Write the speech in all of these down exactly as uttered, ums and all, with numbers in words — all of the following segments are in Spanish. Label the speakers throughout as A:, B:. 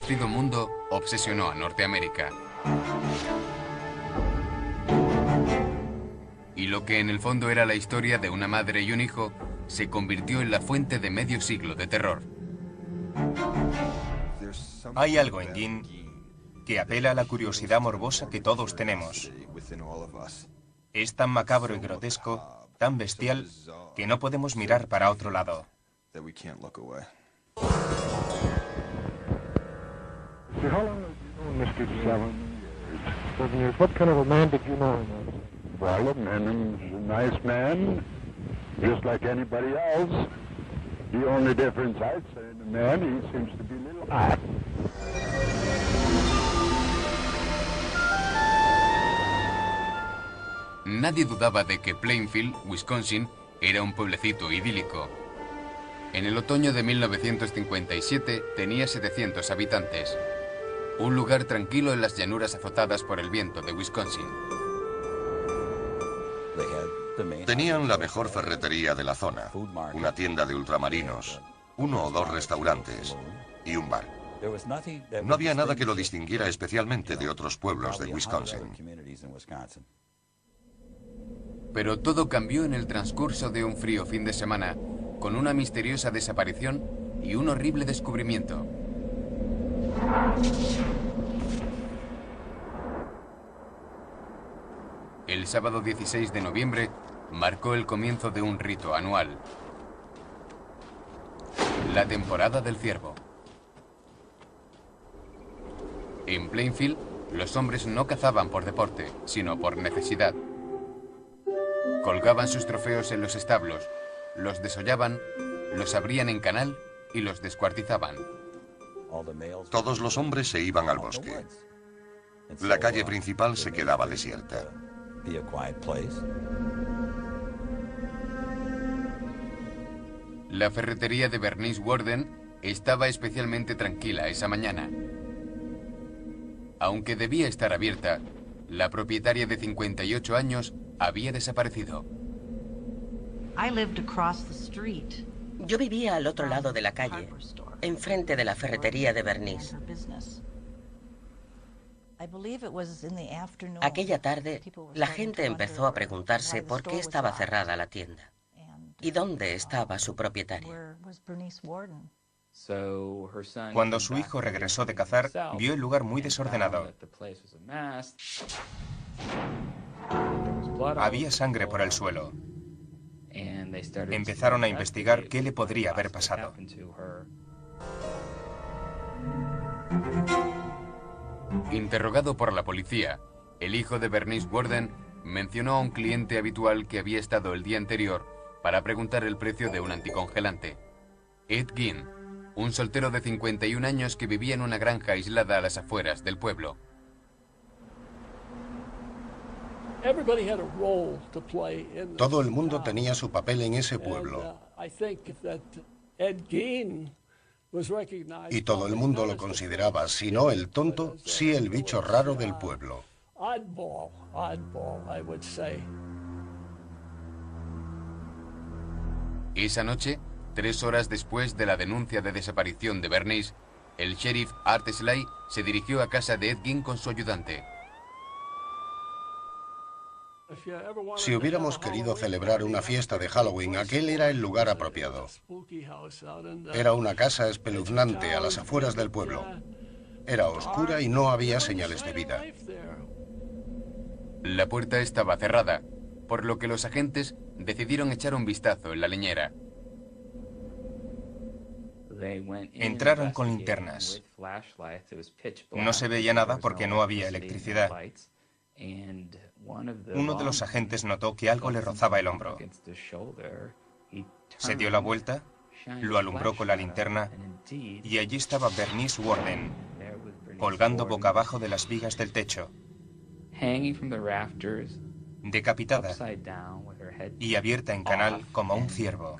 A: desconocido mundo obsesionó a Norteamérica. Y lo que en el fondo era la historia de una madre y un hijo se convirtió en la fuente de medio siglo de terror.
B: Hay algo en Gin que apela a la curiosidad morbosa que todos tenemos. Es tan macabro y grotesco, tan bestial, que no podemos mirar para otro lado.
C: What kind of a man did you know him as? Well, Menem's a nice man, just like anybody else. The only difference I'd say in the man, he seems to be a little hot.
A: Nadie dudaba de que Plainfield, Wisconsin, era un pueblecito idílico. En el otoño de mil novecientos cincuenta y siete tenía setecientos habitantes. Un lugar tranquilo en las llanuras azotadas por el viento de Wisconsin.
D: Tenían la mejor ferretería de la zona, una tienda de ultramarinos, uno o dos restaurantes y un bar. No había nada que lo distinguiera especialmente de otros pueblos de Wisconsin.
A: Pero todo cambió en el transcurso de un frío fin de semana, con una misteriosa desaparición y un horrible descubrimiento. El sábado dieciséis de noviembre marcó el comienzo de un rito anual. La temporada del ciervo. En Plainfield, los hombres no cazaban por deporte, sino por necesidad. Colgaban sus trofeos en los establos, los desollaban, los abrían en canal y los descuartizaban.
D: Todos los hombres se iban al bosque. La calle principal se quedaba desierta.
A: La ferretería de Bernice Worden estaba especialmente tranquila esa mañana. Aunque debía estar abierta, la propietaria de cincuenta y ocho años había desaparecido.
E: Yo vivía al otro lado de la calle, enfrente de la ferretería de Bernice. Aquella tarde, la gente empezó a preguntarse por qué estaba cerrada la tienda y dónde estaba su propietaria.
B: Cuando su hijo regresó de cazar, vio el lugar muy desordenado. Había sangre por el suelo. Empezaron a investigar qué le podría haber pasado.
A: Interrogado por la policía, el hijo de Bernice Worden mencionó a un cliente habitual que había estado el día anterior para preguntar el precio de un anticongelante. Ed Gein, un soltero de cincuenta y un años que vivía en una granja aislada a las afueras del pueblo.
F: Todo el mundo tenía su papel en ese pueblo. Y todo el mundo lo consideraba, si no el tonto, sí el bicho raro del pueblo.
A: Esa noche, tres horas después de la denuncia de desaparición de Bernice, el sheriff Art Sly se dirigió a casa de Ed Gein con su ayudante.
F: Si hubiéramos querido celebrar una fiesta de Halloween, aquel era el lugar apropiado. Era una casa espeluznante a las afueras del pueblo. Era oscura y no había señales de vida.
A: La puerta estaba cerrada, por lo que los agentes decidieron echar un vistazo en la leñera.
B: Entraron con linternas. No se veía nada porque no había electricidad. Uno de los agentes notó que algo le rozaba el hombro. Se dio la vuelta, lo alumbró con la linterna y allí estaba Bernice Worden, colgando boca abajo de las vigas del techo, decapitada y abierta en canal como un ciervo.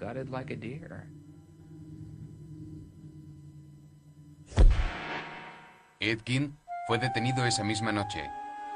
A: Ed Gein fue detenido esa misma noche.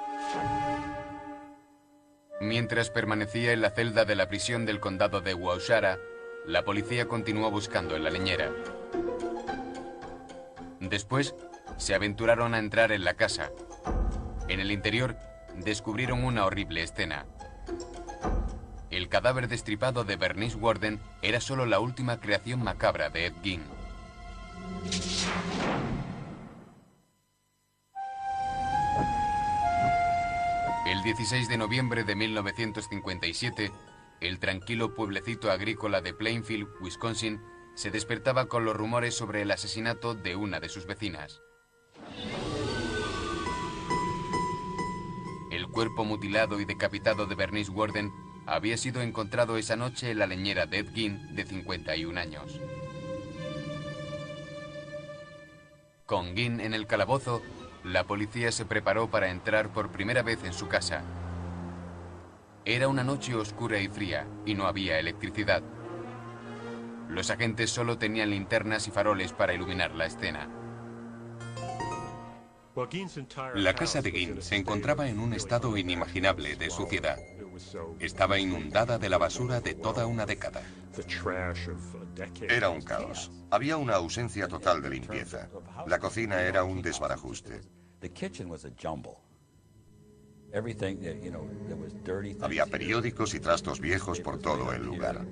A: Mientras permanecía en la celda de la prisión del condado de Waukesha, la policía continuó buscando en la leñera. Después, se aventuraron a entrar en la casa. En el interior, descubrieron una horrible escena. El cadáver destripado de Bernice Worden era solo la última creación macabra de Ed Gein. El dieciséis de noviembre de mil novecientos cincuenta y siete, el tranquilo pueblecito agrícola de Plainfield, Wisconsin, se despertaba con los rumores sobre el asesinato de una de sus vecinas. El cuerpo mutilado y decapitado de Bernice Worden había sido encontrado esa noche en la leñera de Ed Gein, de cincuenta y un años. Con Gein en el calabozo, la policía se preparó para entrar por primera vez en su casa. Era una noche oscura y fría, y no había electricidad. Los agentes solo tenían linternas y faroles para iluminar la escena.
B: La casa de Gein se encontraba en un estado inimaginable de suciedad. Estaba inundada de la basura de toda una década.
D: Era un caos. Había una ausencia total de limpieza. La cocina era un desbarajuste. Había periódicos y trastos viejos por todo el lugar.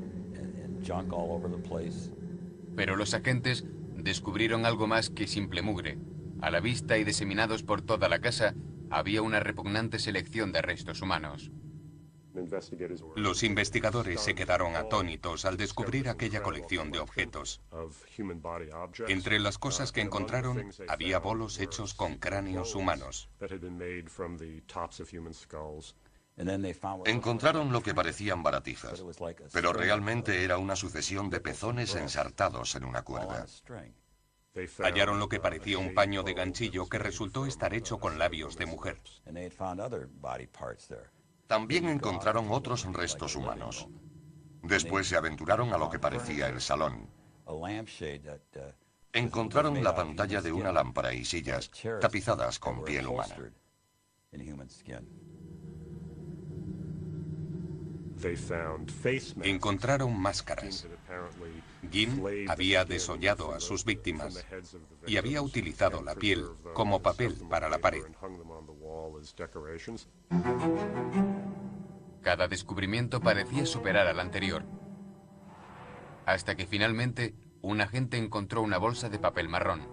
A: Pero los agentes descubrieron algo más que simple mugre. A la vista y diseminados por toda la casa, había una repugnante selección de restos humanos.
B: Los investigadores se quedaron atónitos al descubrir aquella colección de objetos. Entre las cosas que encontraron, había bolos hechos con cráneos humanos.
D: Encontraron lo que parecían baratijas, pero realmente era una sucesión de pezones ensartados en una cuerda.
B: Hallaron lo que parecía un paño de ganchillo que resultó estar hecho con labios de mujer.
D: También encontraron otros restos humanos. Después se aventuraron a lo que parecía el salón. Encontraron la pantalla de una lámpara y sillas tapizadas con piel humana.
B: Encontraron máscaras. Gein había desollado a sus víctimas y había utilizado la piel como papel para la pared.
A: Cada descubrimiento parecía superar al anterior, hasta que finalmente un agente encontró una bolsa de papel marrón.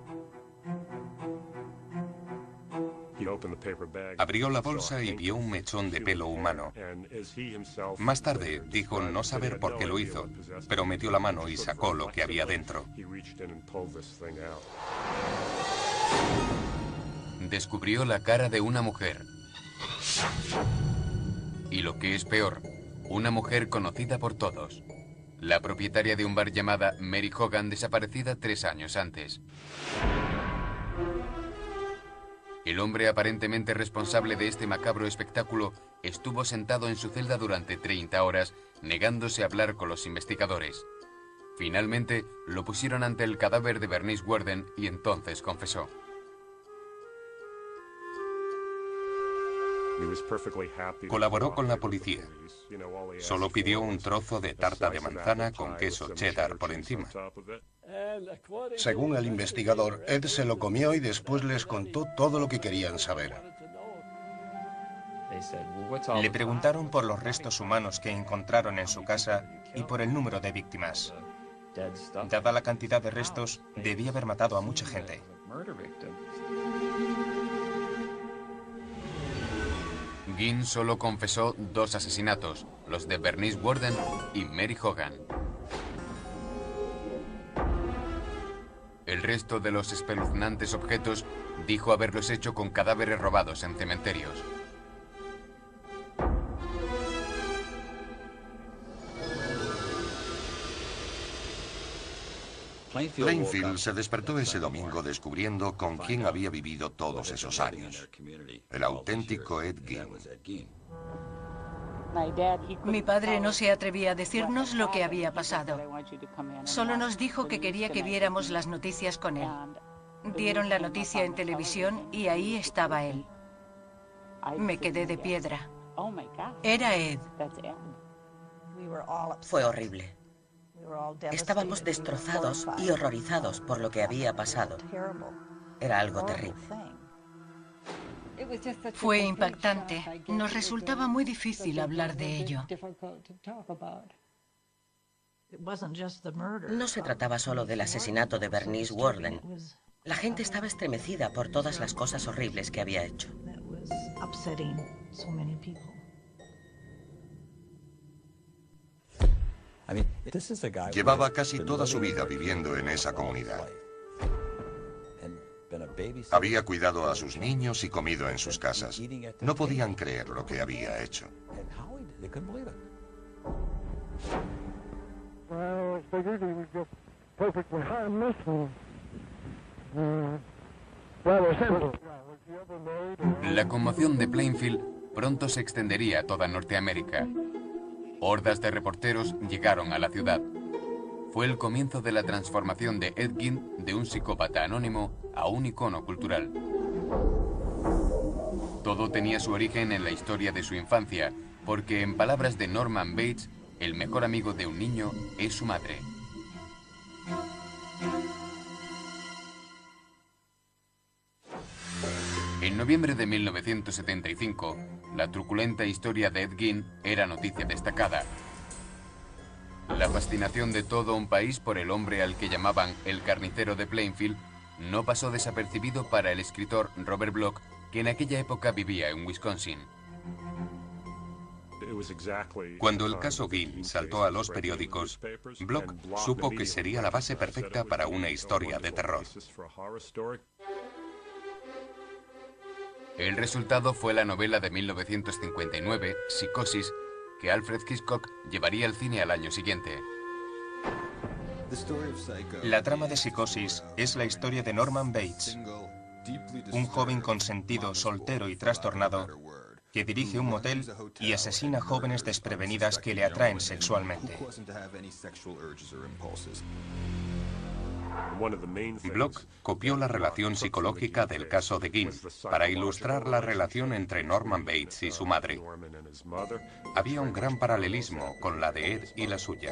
B: Abrió la bolsa y vio un mechón de pelo humano. Más tarde dijo no saber por qué lo hizo, pero metió la mano y sacó lo que había dentro.
A: Descubrió la cara de una mujer. Y lo que es peor, una mujer conocida por todos. La propietaria de un bar llamada Mary Hogan, desaparecida tres años antes. El hombre aparentemente responsable de este macabro espectáculo estuvo sentado en su celda durante treinta horas, negándose a hablar con los investigadores. Finalmente, lo pusieron ante el cadáver de Bernice Worden y entonces confesó.
B: Colaboró con la policía. Solo pidió un trozo de tarta de manzana con queso cheddar por encima.
F: Según el investigador, Ed se lo comió y después les contó todo lo que querían saber.
B: Le preguntaron por los restos humanos que encontraron en su casa y por el número de víctimas. Dada la cantidad de restos, debía haber matado a mucha gente.
A: Gein solo confesó dos asesinatos, los de Bernice Worden y Mary Hogan. El resto de los espeluznantes objetos dijo haberlos hecho con cadáveres robados en cementerios.
D: Plainfield se despertó ese domingo descubriendo con quién había vivido todos esos años. El auténtico Ed Gein.
G: Mi padre no se atrevía a decirnos lo que había pasado. Solo nos dijo que quería que viéramos las noticias con él. Dieron la noticia en televisión y ahí estaba él. Me quedé de piedra. Era Ed.
E: Fue horrible. Estábamos destrozados y horrorizados por lo que había pasado. Era algo terrible.
G: Fue impactante. Nos resultaba muy difícil hablar de ello.
E: No se trataba solo del asesinato de Bernice Worden. La gente estaba estremecida por todas las cosas horribles que había hecho.
D: Llevaba casi toda su vida viviendo en esa comunidad. Había cuidado a sus niños y comido en sus casas. No podían creer lo que había hecho.
A: La conmoción de Plainfield pronto se extendería a toda Norteamérica. Hordas de reporteros llegaron a la ciudad. Fue el comienzo de la transformación de Ed Gein de un psicópata anónimo a un icono cultural. Todo tenía su origen en la historia de su infancia, porque en palabras de Norman Bates, el mejor amigo de un niño es su madre. En noviembre de mil novecientos setenta y cinco, la truculenta historia de Ed Gein era noticia destacada. La fascinación de todo un país por el hombre al que llamaban el carnicero de Plainfield no pasó desapercibido para el escritor Robert Bloch, que en aquella época vivía en Wisconsin.
H: Cuando el caso Gein saltó a los periódicos, Bloch supo que sería la base perfecta para una historia de terror.
A: El resultado fue la novela de mil novecientos cincuenta y nueve, Psicosis, que Alfred Hitchcock llevaría al cine al año siguiente.
B: La trama de Psicosis es la historia de Norman Bates, un joven consentido, soltero y trastornado, que dirige un motel y asesina jóvenes desprevenidas que le atraen sexualmente.
H: Bloch copió la relación psicológica del caso de Gein para ilustrar la relación entre Norman Bates y su madre. Había un gran paralelismo con la de Ed y la suya.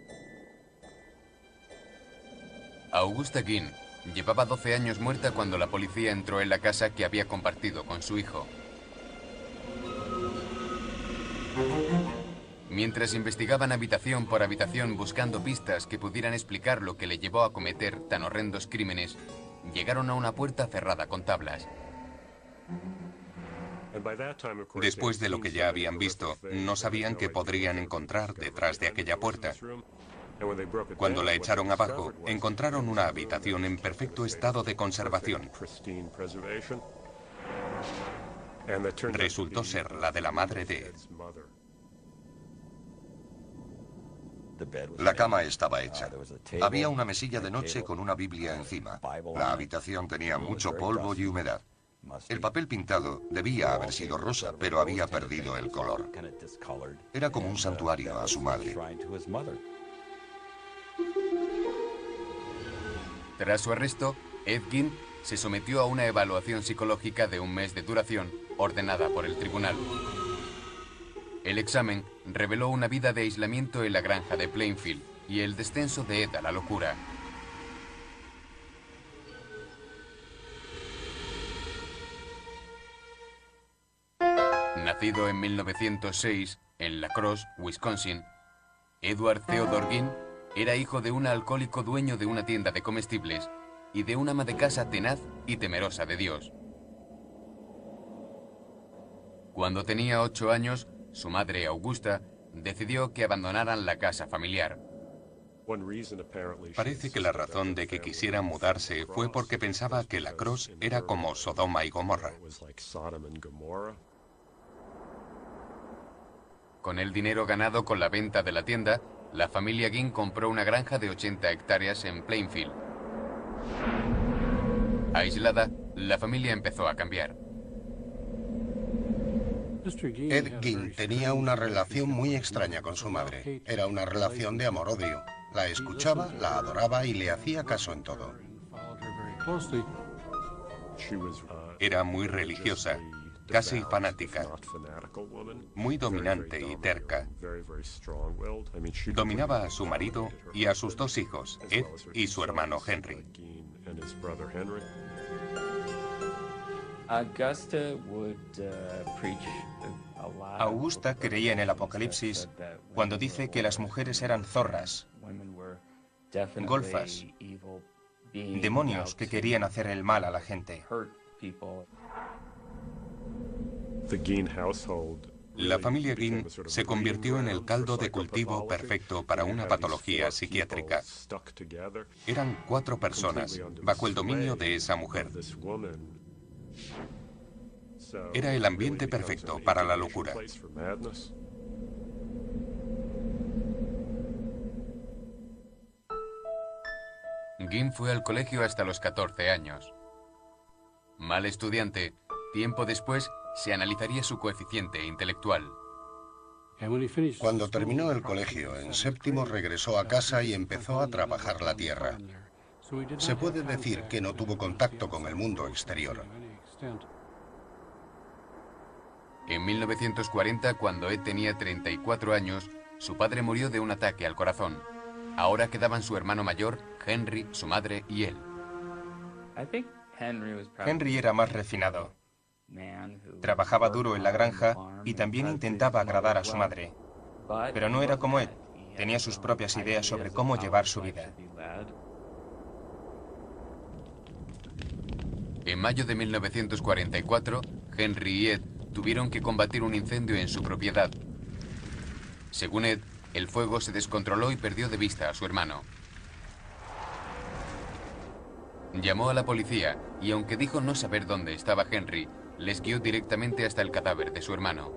A: Augusta Gein llevaba doce años muerta cuando la policía entró en la casa que había compartido con su hijo. Mientras investigaban habitación por habitación buscando pistas que pudieran explicar lo que le llevó a cometer tan horrendos crímenes, llegaron a una puerta cerrada con tablas.
H: Después de lo que ya habían visto, no sabían qué podrían encontrar detrás de aquella puerta. Cuando la echaron abajo, encontraron una habitación en perfecto estado de conservación. Resultó ser la de la madre de Ed.
D: La cama estaba hecha. Había una mesilla de noche con una Biblia encima. La habitación tenía mucho polvo y humedad. El papel pintado debía haber sido rosa, pero había perdido el color. Era como un santuario a su madre.
A: Tras su arresto, Ed Gein se sometió a una evaluación psicológica de un mes de duración, ordenada por el tribunal. El examen reveló una vida de aislamiento en la granja de Plainfield y el descenso de Ed a la locura. Nacido en mil novecientos seis en La Crosse, Wisconsin, Edward Theodore Gein era hijo de un alcohólico dueño de una tienda de comestibles y de una ama de casa tenaz y temerosa de Dios. Cuando tenía ocho años, su madre, Augusta, decidió que abandonaran la casa familiar.
H: Parece que la razón de que quisiera mudarse fue porque pensaba que La Crosse era como Sodoma y Gomorra.
A: Con el dinero ganado con la venta de la tienda, la familia Gein compró una granja de ochenta hectáreas en Plainfield. Aislada, la familia empezó a cambiar.
F: Ed Gein tenía una relación muy extraña con su madre. Era una relación de amor-odio. La escuchaba, la adoraba y le hacía caso en todo.
H: Era muy religiosa, casi fanática, muy dominante y terca. Dominaba a su marido y a sus dos hijos, Ed y su hermano Henry.
B: Augusta creía en el Apocalipsis cuando dice que las mujeres eran zorras, golfas, demonios que querían hacer el mal a la gente.
H: La familia Guin se convirtió en el caldo de cultivo perfecto para una patología psiquiátrica. Eran cuatro personas bajo el dominio de esa mujer. Era el ambiente perfecto para la locura.
A: Guin fue al colegio hasta los catorce años. Mal estudiante, tiempo después se analizaría su coeficiente intelectual.
F: Cuando terminó el colegio, en séptimo regresó a casa y empezó a trabajar la tierra. Se puede decir que no tuvo contacto con el mundo exterior.
A: En mil novecientos cuarenta, cuando Ed tenía treinta y cuatro años, su padre murió de un ataque al corazón. Ahora quedaban su hermano mayor, Henry, su madre y él.
B: Henry era más refinado. Trabajaba duro en la granja y también intentaba agradar a su madre. Pero no era como Ed. Tenía sus propias ideas sobre cómo llevar su vida.
A: En mayo de mil novecientos cuarenta y cuatro, Henry y Ed tuvieron que combatir un incendio en su propiedad. Según Ed, el fuego se descontroló y perdió de vista a su hermano. Llamó a la policía y, aunque dijo no saber dónde estaba Henry, les guió directamente hasta el cadáver de su hermano.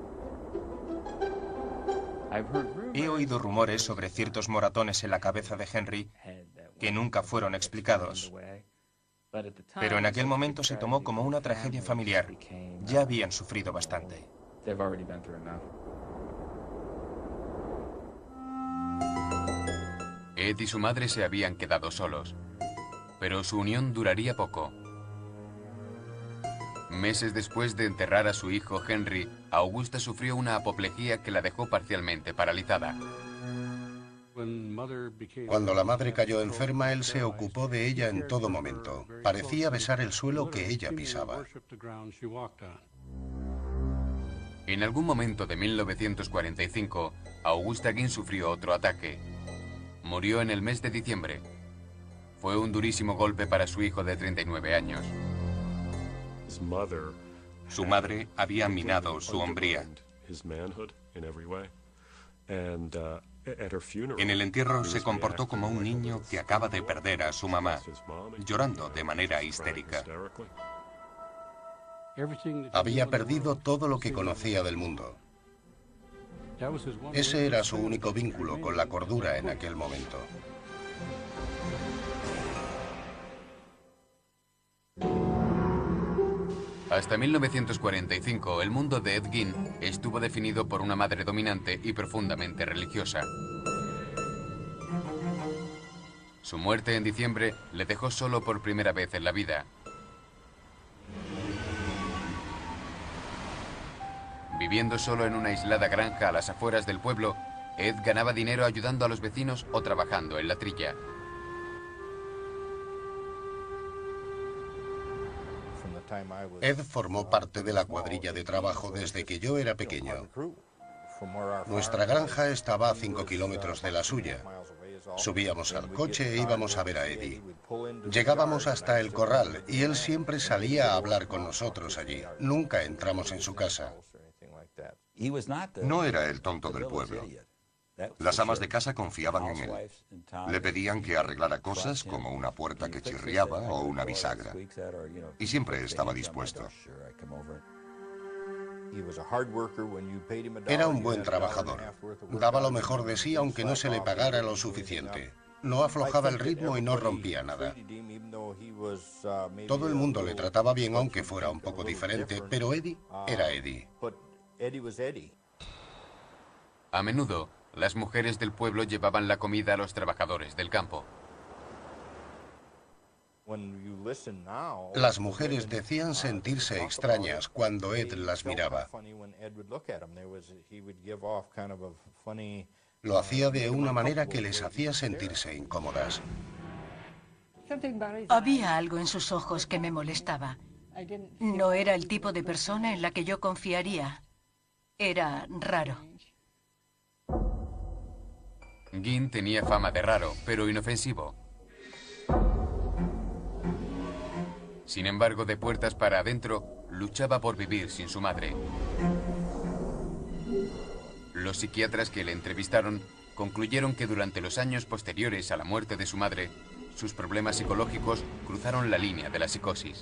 B: He oído rumores sobre ciertos moratones en la cabeza de Henry que nunca fueron explicados. Pero en aquel momento se tomó como una tragedia familiar. Ya habían sufrido bastante.
A: Ed y su madre se habían quedado solos, pero su unión duraría poco. Meses después de enterrar a su hijo Henry, Augusta sufrió una apoplejía que la dejó parcialmente paralizada.
F: Cuando la madre cayó enferma, él se ocupó de ella en todo momento. Parecía besar el suelo que ella pisaba.
A: En algún momento de mil novecientos cuarenta y cinco, Augusta Guin sufrió otro ataque. Murió en el mes de diciembre. Fue un durísimo golpe para su hijo de treinta y nueve años.
H: Su madre había minado su hombría. En el entierro se comportó como un niño que acaba de perder a su mamá, llorando de manera histérica.
F: Había perdido todo lo que conocía del mundo. Ese era su único vínculo con la cordura en aquel momento.
A: Hasta mil novecientos cuarenta y cinco, el mundo de Ed Gein estuvo definido por una madre dominante y profundamente religiosa. Su muerte en diciembre le dejó solo por primera vez en la vida. Viviendo solo en una aislada granja a las afueras del pueblo, Ed ganaba dinero ayudando a los vecinos o trabajando en la trilla.
F: Ed formó parte de la cuadrilla de trabajo desde que yo era pequeño. Nuestra granja estaba a cinco kilómetros de la suya. Subíamos al coche e íbamos a ver a Eddie. Llegábamos hasta el corral y él siempre salía a hablar con nosotros allí. Nunca entramos en su casa.
D: No era el tonto del pueblo. Las amas de casa confiaban en él. Le pedían que arreglara cosas como una puerta que chirriaba o una bisagra. Y siempre estaba dispuesto.
F: Era un buen trabajador. Daba lo mejor de sí aunque no se le pagara lo suficiente. No aflojaba el ritmo y no rompía nada. Todo el mundo le trataba bien aunque fuera un poco diferente, pero Eddie era Eddie.
A: A menudo, las mujeres del pueblo llevaban la comida a los trabajadores del campo.
F: Las mujeres decían sentirse extrañas cuando Ed las miraba. Lo hacía de una manera que les hacía sentirse incómodas.
G: Había algo en sus ojos que me molestaba. No era el tipo de persona en la que yo confiaría. Era raro.
A: Ginn tenía fama de raro, pero inofensivo. Sin embargo, de puertas para adentro, luchaba por vivir sin su madre. Los psiquiatras que le entrevistaron concluyeron que durante los años posteriores a la muerte de su madre, sus problemas psicológicos cruzaron la línea de la psicosis.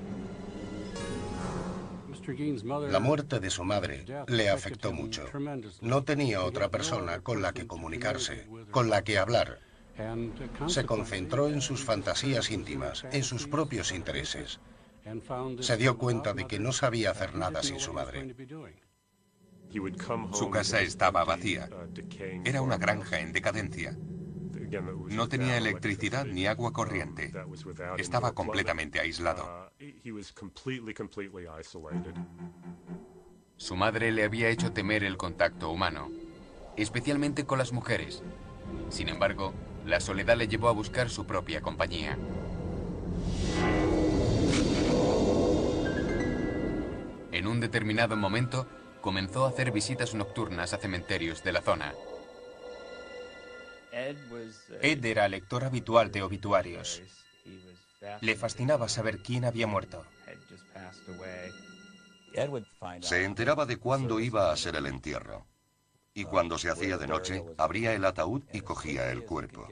F: La muerte de su madre le afectó mucho. No tenía otra persona con la que comunicarse, con la que hablar. Se concentró en sus fantasías íntimas, en sus propios intereses. Se dio cuenta de que no sabía hacer nada sin su madre.
H: Su casa estaba vacía. Era una granja en decadencia. No tenía electricidad ni agua corriente. Estaba completamente aislado.
A: Su madre le había hecho temer el contacto humano, especialmente con las mujeres. Sin embargo, la soledad le llevó a buscar su propia compañía. En un determinado momento, comenzó a hacer visitas nocturnas a cementerios de la zona.
B: Ed era lector habitual de obituarios. Le fascinaba saber quién había muerto.
D: Se enteraba de cuándo iba a ser el entierro. Y cuando se hacía de noche, abría el ataúd y cogía el cuerpo.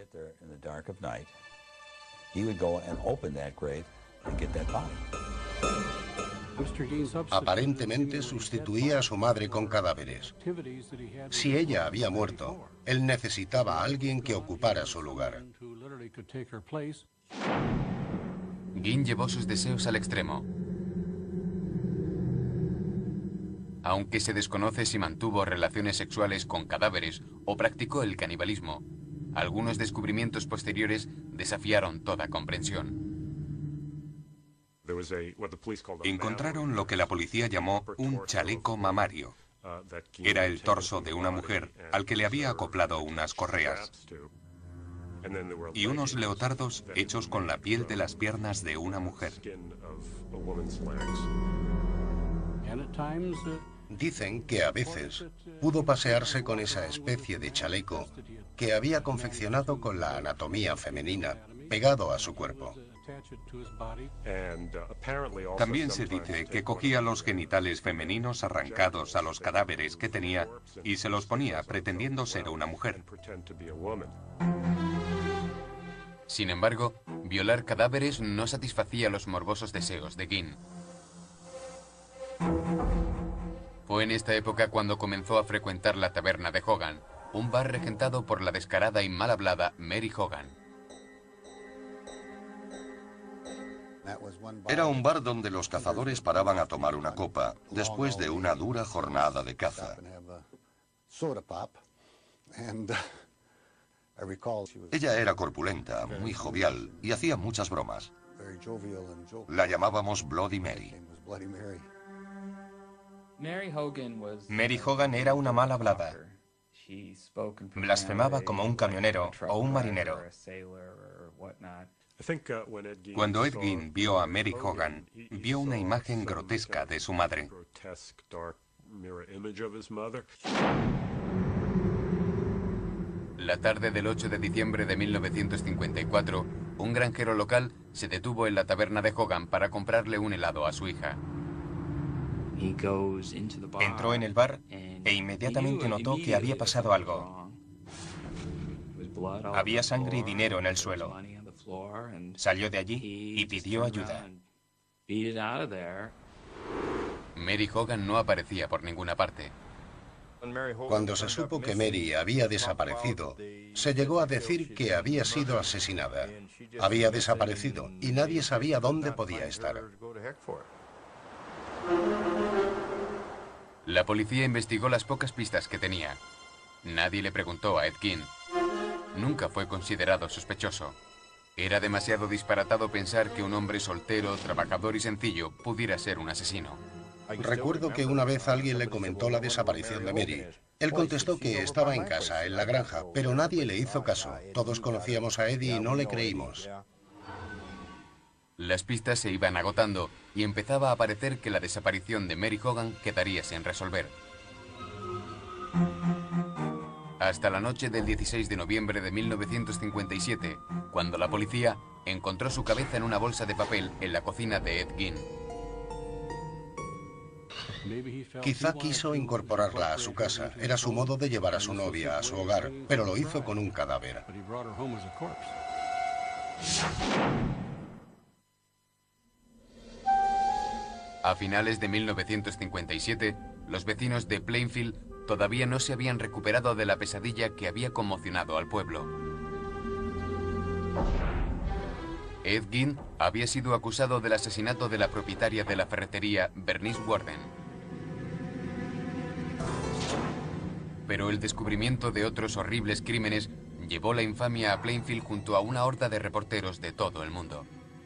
F: Aparentemente sustituía a su madre con cadáveres. Si ella había muerto, él necesitaba a alguien que ocupara su lugar.
A: Ginn llevó sus deseos al extremo. Aunque se desconoce si mantuvo relaciones sexuales con cadáveres o practicó el canibalismo, algunos descubrimientos posteriores desafiaron toda comprensión.
H: Encontraron lo que la policía llamó un chaleco mamario. Era el torso de una mujer al que le había acoplado unas correas. Y unos leotardos hechos con la piel de las piernas de una mujer.
F: Dicen que a veces pudo pasearse con esa especie de chaleco que había confeccionado con la anatomía femenina pegado a su cuerpo.
H: También se dice que cogía los genitales femeninos arrancados a los cadáveres que tenía y se los ponía pretendiendo ser una mujer.
A: Sin embargo, violar cadáveres no satisfacía los morbosos deseos de Ginn. Fue en esta época cuando comenzó a frecuentar la taberna de Hogan, un bar regentado por la descarada y mal hablada Mary Hogan.
D: Era un bar donde los cazadores paraban a tomar una copa después de una dura jornada de caza. Ella era corpulenta, muy jovial y hacía muchas bromas. La llamábamos Bloody Mary.
B: Mary Hogan era una mal hablada. Blasfemaba como un camionero o un marinero.
H: Cuando Ed Gein vio a Mary Hogan, vio una imagen grotesca de su madre.
A: La tarde del ocho de diciembre de mil novecientos cincuenta y cuatro, un granjero local se detuvo en la taberna de Hogan para comprarle un helado a su hija.
B: Entró en el bar e inmediatamente notó que había pasado algo. Había sangre y dinero en el suelo. Salió de allí y pidió ayuda.
A: Mary Hogan no aparecía por ninguna parte.
F: Cuando se supo que Mary había desaparecido, se llegó a decir que había sido asesinada. Había desaparecido y nadie sabía dónde podía estar.
A: La policía investigó las pocas pistas que tenía. Nadie le preguntó a Ed Gein. Nunca fue considerado sospechoso. Era demasiado disparatado pensar que un hombre soltero, trabajador y sencillo pudiera ser un asesino.
F: Recuerdo que una vez alguien le comentó la desaparición de Mary. Él contestó que estaba en casa, en la granja, pero nadie le hizo caso. Todos conocíamos a Eddie y no le creímos.
A: Las pistas se iban agotando y empezaba a parecer que la desaparición de Mary Hogan quedaría sin resolver. Hasta la noche del dieciséis de noviembre de mil novecientos cincuenta y siete, cuando la policía encontró su cabeza en una bolsa de papel en la cocina de Ed Gein.
F: Quizá quiso incorporarla a su casa. Era su modo de llevar a su novia a su hogar, pero lo hizo con un cadáver.
A: A finales de mil novecientos cincuenta y siete, los vecinos de Plainfield todavía no se habían recuperado de la pesadilla que había conmocionado al pueblo. Ed Gein había sido acusado del asesinato de la propietaria de la ferretería, Bernice Worden. Pero el descubrimiento de otros horribles crímenes llevó la infamia a Plainfield junto a una horda de reporteros de todo el mundo.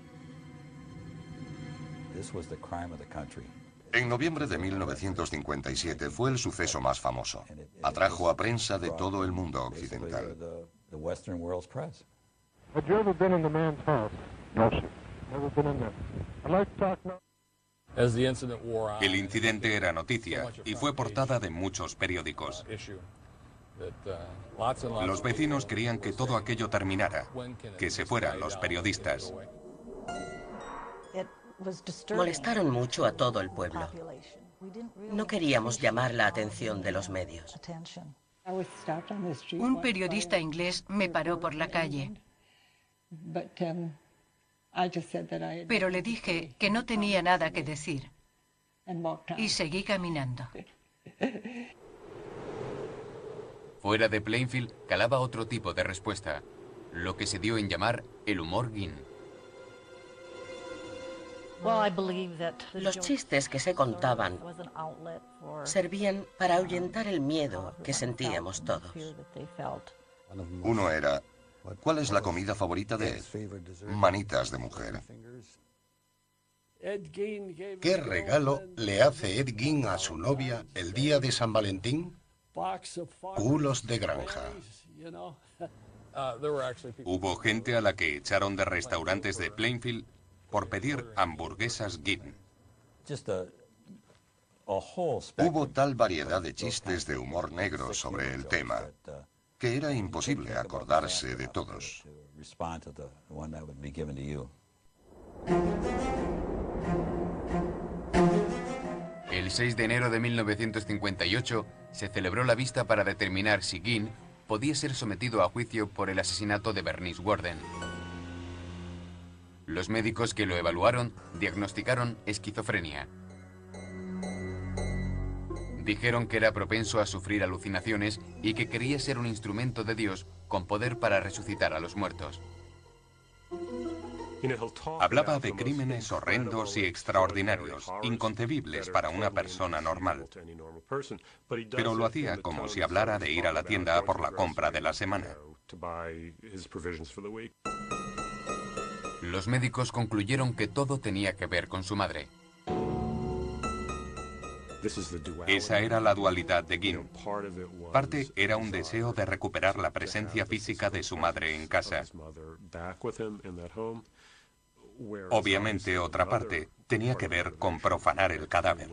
D: En noviembre de mil novecientos cincuenta y siete fue el suceso más famoso. Atrajo a prensa de todo el mundo occidental.
H: El incidente era noticia y fue portada de muchos periódicos. Los vecinos querían que todo aquello terminara, que se fueran los periodistas.
E: Molestaron mucho a todo el pueblo. No queríamos llamar la atención de los medios.
G: Un periodista inglés me paró por la calle, pero le dije que no tenía nada que decir y seguí caminando.
A: Fuera de Plainfield calaba otro tipo de respuesta, lo que se dio en llamar el humor Gein.
E: Los chistes que se contaban servían para ahuyentar el miedo que sentíamos todos.
D: Uno era, ¿cuál es la comida favorita de Ed? Manitas de mujer.
F: ¿Qué regalo le hace Ed Gein a su novia el día de San Valentín? Culos de granja.
H: Hubo gente a la que echaron de restaurantes de Plainfield por pedir hamburguesas Gein.
D: Hubo tal variedad de chistes de humor negro sobre el tema que era imposible acordarse de todos.
A: El seis de enero de mil novecientos cincuenta y ocho se celebró la vista para determinar si Gein podía ser sometido a juicio por el asesinato de Bernice Worden. Los médicos que lo evaluaron diagnosticaron esquizofrenia. Dijeron que era propenso a sufrir alucinaciones y que quería ser un instrumento de Dios con poder para resucitar a los muertos.
H: Hablaba de crímenes horrendos y extraordinarios, inconcebibles para una persona normal. Pero lo hacía como si hablara de ir a la tienda por la compra de la semana.
A: Los médicos concluyeron que todo tenía que ver con su madre.
H: Esa era la dualidad de Gein. Parte era un deseo de recuperar la presencia física de su madre en casa. Obviamente, otra parte tenía que ver con profanar el cadáver.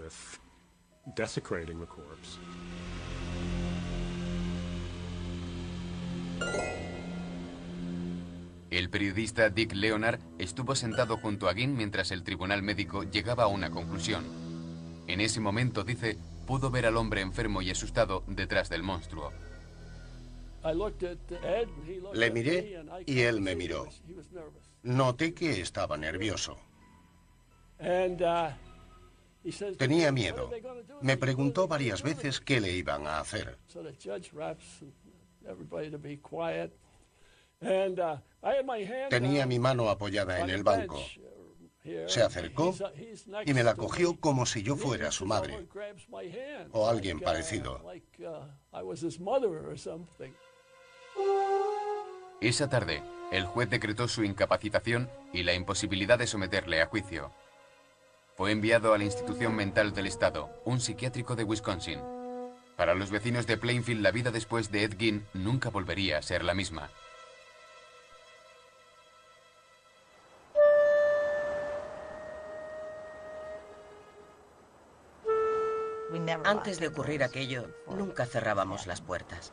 A: El periodista Dick Leonard estuvo sentado junto a Gein mientras el tribunal médico llegaba a una conclusión. En ese momento, dice, pudo ver al hombre enfermo y asustado detrás del monstruo.
F: Le miré y él me miró. Noté que estaba nervioso. Tenía miedo. Me preguntó varias veces qué le iban a hacer. Tenía mi mano apoyada en el banco. Se acercó y me la cogió como si yo fuera su madre o alguien parecido.
A: Esa tarde, el juez decretó su incapacitación y la imposibilidad de someterle a juicio. Fue enviado a la institución mental del estado, un psiquiátrico de Wisconsin. Para los vecinos de Plainfield, la vida después de Ed Gein nunca volvería a ser la misma.
E: Antes de ocurrir aquello, nunca cerrábamos las puertas.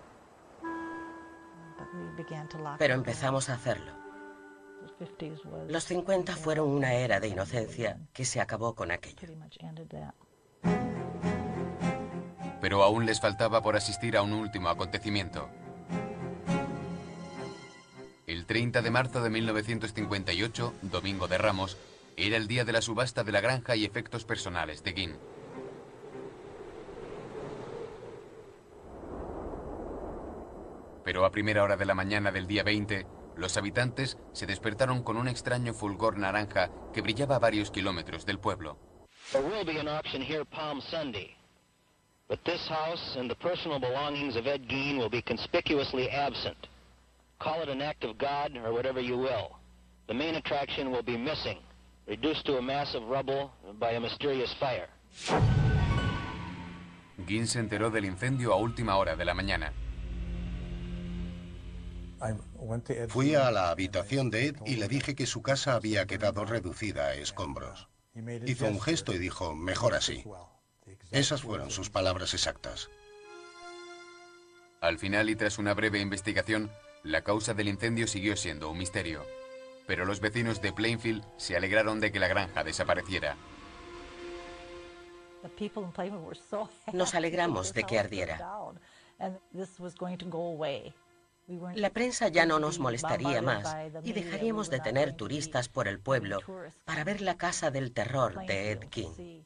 E: Pero empezamos a hacerlo. Los cincuenta fueron una era de inocencia que se acabó con aquello.
A: Pero aún les faltaba por asistir a un último acontecimiento. El treinta de marzo de mil novecientos cincuenta y ocho, Domingo de Ramos, era el día de la subasta de la granja y efectos personales de Guin. Pero a primera hora de la mañana del día veinte, los habitantes se despertaron con un extraño fulgor naranja que brillaba a varios kilómetros del pueblo.
I: There will be an auction here Palm Sunday, but this house and the personal belongings of Ed Gein will be conspicuously absent. Call it an act of God or whatever you will. The main attraction will be missing, reduced to a mass of rubble by a mysterious fire.
A: Gein se enteró del incendio a última hora de la mañana.
F: Fui a la habitación de Ed y le dije que su casa había quedado reducida a escombros. Hizo un gesto y dijo, mejor así. Esas fueron sus palabras exactas.
A: Al final y tras una breve investigación, la causa del incendio siguió siendo un misterio. Pero los vecinos de Plainfield se alegraron de que la granja desapareciera.
E: Nos alegramos de que ardiera. La prensa ya no nos molestaría más y dejaríamos de tener turistas por el pueblo para ver la casa del terror de Ed Gein.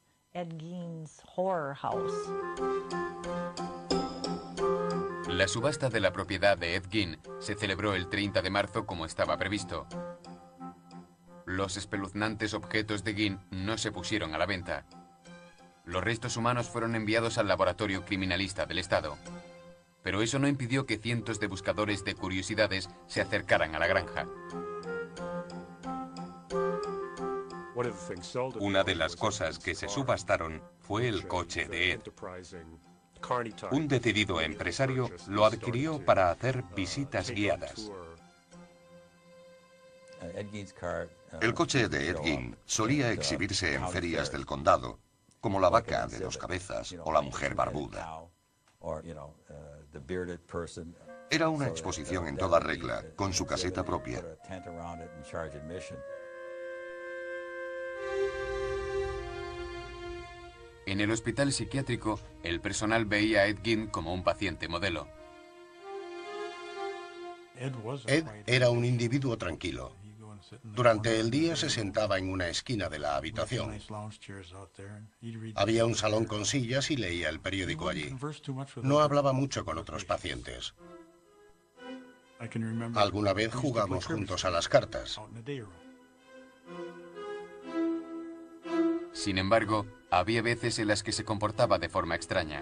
A: La subasta de la propiedad de Ed Gein se celebró el treinta de marzo como estaba previsto. Los espeluznantes objetos de Gein no se pusieron a la venta. Los restos humanos fueron enviados al laboratorio criminalista del estado. Pero eso no impidió que cientos de buscadores de curiosidades se acercaran a la granja.
H: Una de las cosas que se subastaron fue el coche de Ed. Un decidido empresario lo adquirió para hacer visitas guiadas.
D: El coche de Ed Gein solía exhibirse en ferias del condado, como la vaca de dos cabezas o la mujer barbuda. Era una exposición en toda regla, con su caseta propia.
A: En el hospital psiquiátrico, el personal veía a Ed Gein como un paciente modelo.
F: Ed era un individuo tranquilo. Durante el día se sentaba en una esquina de la habitación. Había un salón con sillas y leía el periódico allí. No hablaba mucho con otros pacientes. Alguna vez jugamos juntos a las cartas.
A: Sin embargo, había veces en las que se comportaba de forma extraña.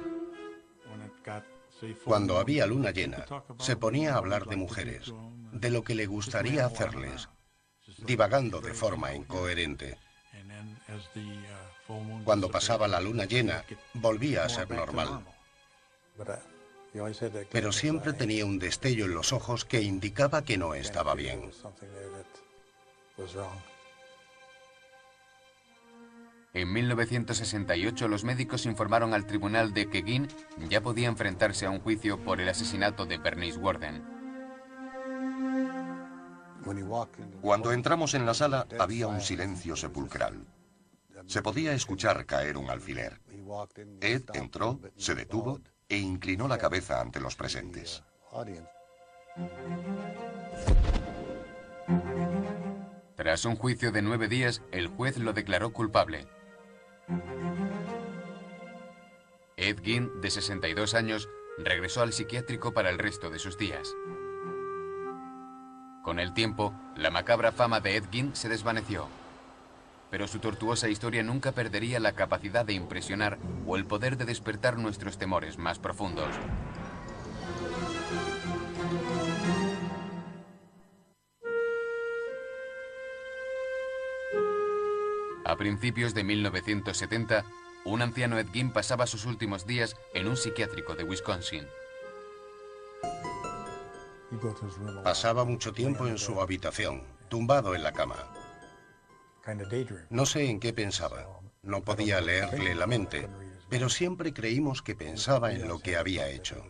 F: Cuando había luna llena, se ponía a hablar de mujeres, de lo que le gustaría hacerles, divagando de forma incoherente. Cuando pasaba la luna llena, volvía a ser normal. Pero siempre tenía un destello en los ojos que indicaba que no estaba bien.
A: En mil novecientos sesenta y ocho, los médicos informaron al tribunal de que Gein ya podía enfrentarse a un juicio por el asesinato de Bernice Worden.
D: Cuando entramos en la sala, había un silencio sepulcral. Se podía escuchar caer un alfiler. Ed entró, se detuvo e inclinó la cabeza ante los presentes.
A: Tras un juicio de nueve días, el juez lo declaró culpable. Ed Gein, de sesenta y dos años, regresó al psiquiátrico para el resto de sus días. Con el tiempo, la macabra fama de Ed Gein se desvaneció. Pero su tortuosa historia nunca perdería la capacidad de impresionar o el poder de despertar nuestros temores más profundos. A principios de mil novecientos setenta, un anciano Ed Gein pasaba sus últimos días en un psiquiátrico de Wisconsin.
F: Pasaba mucho tiempo en su habitación, tumbado en la cama. No sé en qué pensaba. No podía leerle la mente, pero siempre creímos que pensaba en lo que había hecho.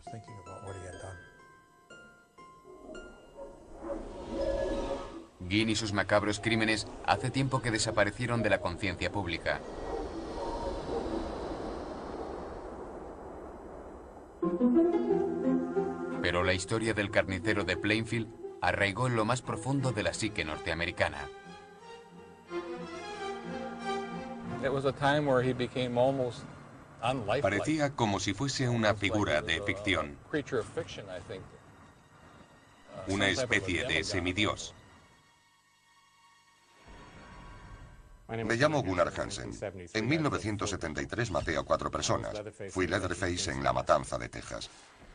A: Gein y sus macabros crímenes hace tiempo que desaparecieron de la conciencia pública. Pero la historia del carnicero de Plainfield arraigó en lo más profundo de la psique norteamericana.
H: Parecía como si fuese una figura de ficción, una especie de semidios.
D: Me llamo Gunnar Hansen. En mil novecientos setenta y tres maté a cuatro personas. Fui Leatherface en La Matanza de Texas.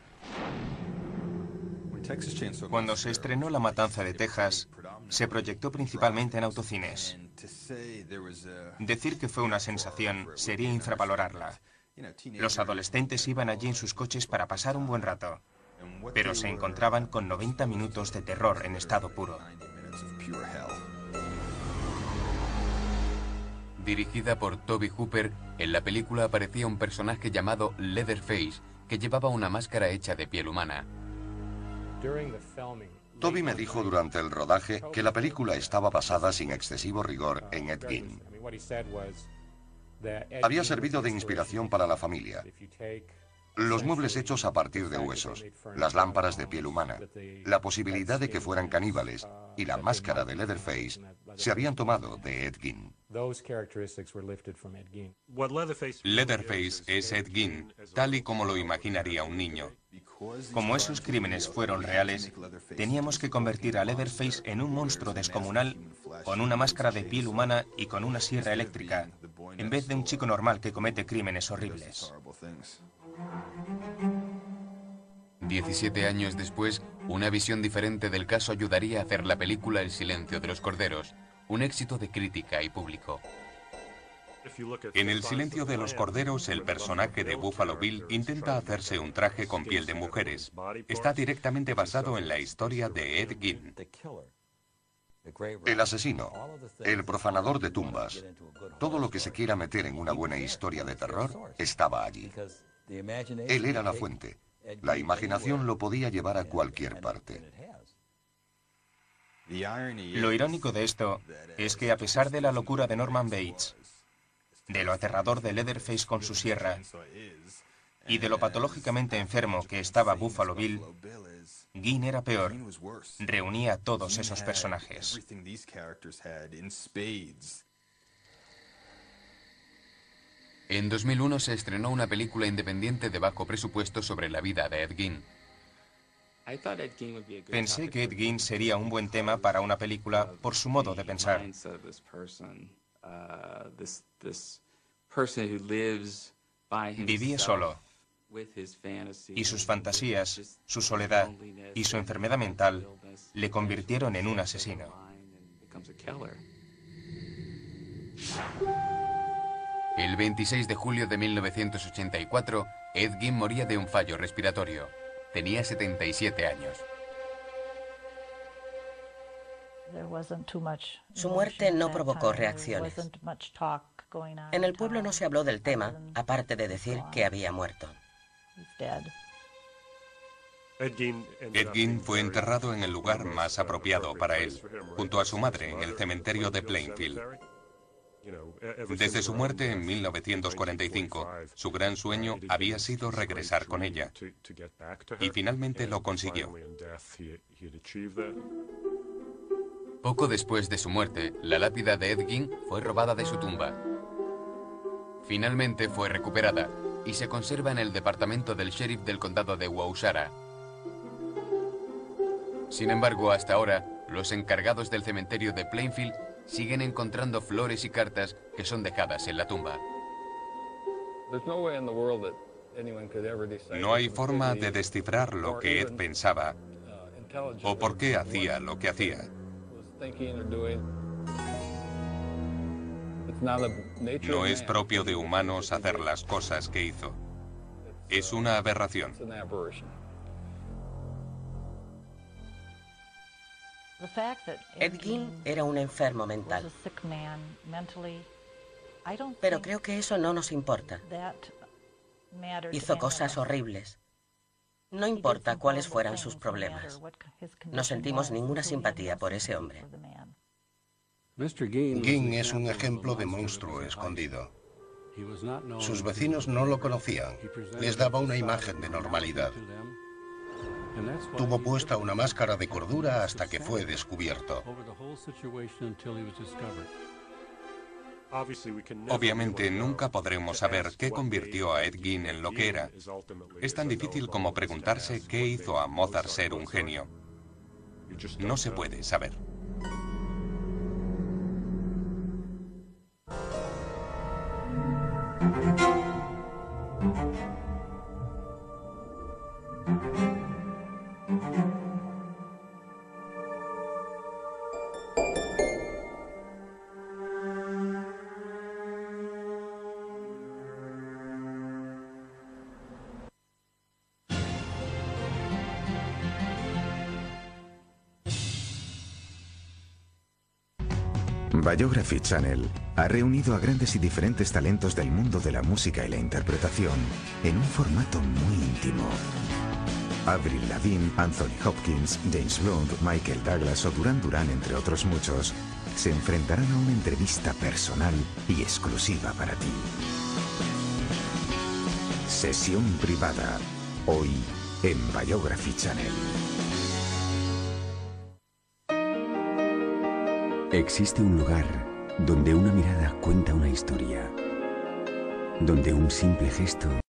B: Cuando se estrenó La Matanza de Texas, se proyectó principalmente en autocines. Decir que fue una sensación sería infravalorarla. Los adolescentes iban allí en sus coches para pasar un buen rato, pero se encontraban con noventa minutos de terror en estado puro.
A: Dirigida por Tobe Hooper, en la película aparecía un personaje llamado Leatherface, que llevaba una máscara hecha de piel humana.
D: Toby me dijo durante el rodaje que la película estaba basada sin excesivo rigor en Ed Gein. Había servido de inspiración para la familia. Los muebles hechos a partir de huesos, las lámparas de piel humana, la posibilidad de que fueran caníbales y la máscara de Leatherface se habían tomado de Ed Gein.
H: Leatherface es Ed Gein, tal y como lo imaginaría un niño.
B: Como esos crímenes fueron reales, teníamos que convertir a Leatherface en un monstruo descomunal con una máscara de piel humana y con una sierra eléctrica, en vez de un chico normal que comete crímenes horribles.
A: diecisiete años después, una visión diferente del caso ayudaría a hacer la película El silencio de los corderos, un éxito de crítica y público.
H: En El silencio de los corderos, el personaje de Buffalo Bill intenta hacerse un traje con piel de mujeres. Está directamente basado en la historia de Ed Gein.
D: El asesino, el profanador de tumbas, todo lo que se quiera meter en una buena historia de terror estaba allí. Él era la fuente. La imaginación lo podía llevar a cualquier parte.
B: Lo irónico de esto es que a pesar de la locura de Norman Bates, de lo aterrador de Leatherface con su sierra y de lo patológicamente enfermo que estaba Buffalo Bill, Gein era peor. Reunía a todos esos personajes.
A: En dos mil uno se estrenó una película independiente de bajo presupuesto sobre la vida de Ed Gein.
B: Pensé que Ed Gein sería un buen tema para una película por su modo de pensar. Vivía solo, y sus fantasías, su soledad y su enfermedad mental le convirtieron en un asesino.
A: El veintiséis de julio de mil novecientos ochenta y cuatro, Ed Gein moría de un fallo respiratorio. Tenía setenta y siete años.
E: Su muerte no provocó reacciones. En el pueblo no se habló del tema, aparte de decir que había muerto.
H: Ed Gein fue enterrado en el lugar más apropiado para él, junto a su madre en el cementerio de Plainfield. Desde su muerte en mil novecientos cuarenta y cinco, su gran sueño había sido regresar con ella, y finalmente lo consiguió.
A: Poco después de su muerte, la lápida de Ed Gein fue robada de su tumba. Finalmente fue recuperada y se conserva en el departamento del sheriff del condado de Wausara. Sin embargo, hasta ahora, los encargados del cementerio de Plainfield siguen encontrando flores y cartas que son dejadas en la tumba.
H: No hay forma de descifrar lo que Ed pensaba o por qué hacía lo que hacía. No es propio de humanos hacer las cosas que hizo. Es una aberración.
E: Ed Gein era un enfermo mental. Pero creo que eso no nos importa. Hizo cosas horribles. No importa cuáles fueran sus problemas. No sentimos ninguna simpatía por ese hombre.
F: Ginn es un ejemplo de monstruo escondido. Sus vecinos no lo conocían. Les daba una imagen de normalidad. Tuvo puesta una máscara de cordura hasta que fue descubierto.
H: Obviamente nunca podremos saber qué convirtió a Ed Gein en lo que era. Es tan difícil como preguntarse qué hizo a Mozart ser un genio. No se puede saber.
J: Biography Channel ha reunido a grandes y diferentes talentos del mundo de la música y la interpretación en un formato muy íntimo. Avril Lavigne, Anthony Hopkins, James Blunt, Michael Douglas o Duran Duran, entre otros muchos, se enfrentarán a una entrevista personal y exclusiva para ti. Sesión privada, hoy en Biography Channel.
K: Existe un lugar donde una mirada cuenta una historia, donde un simple gesto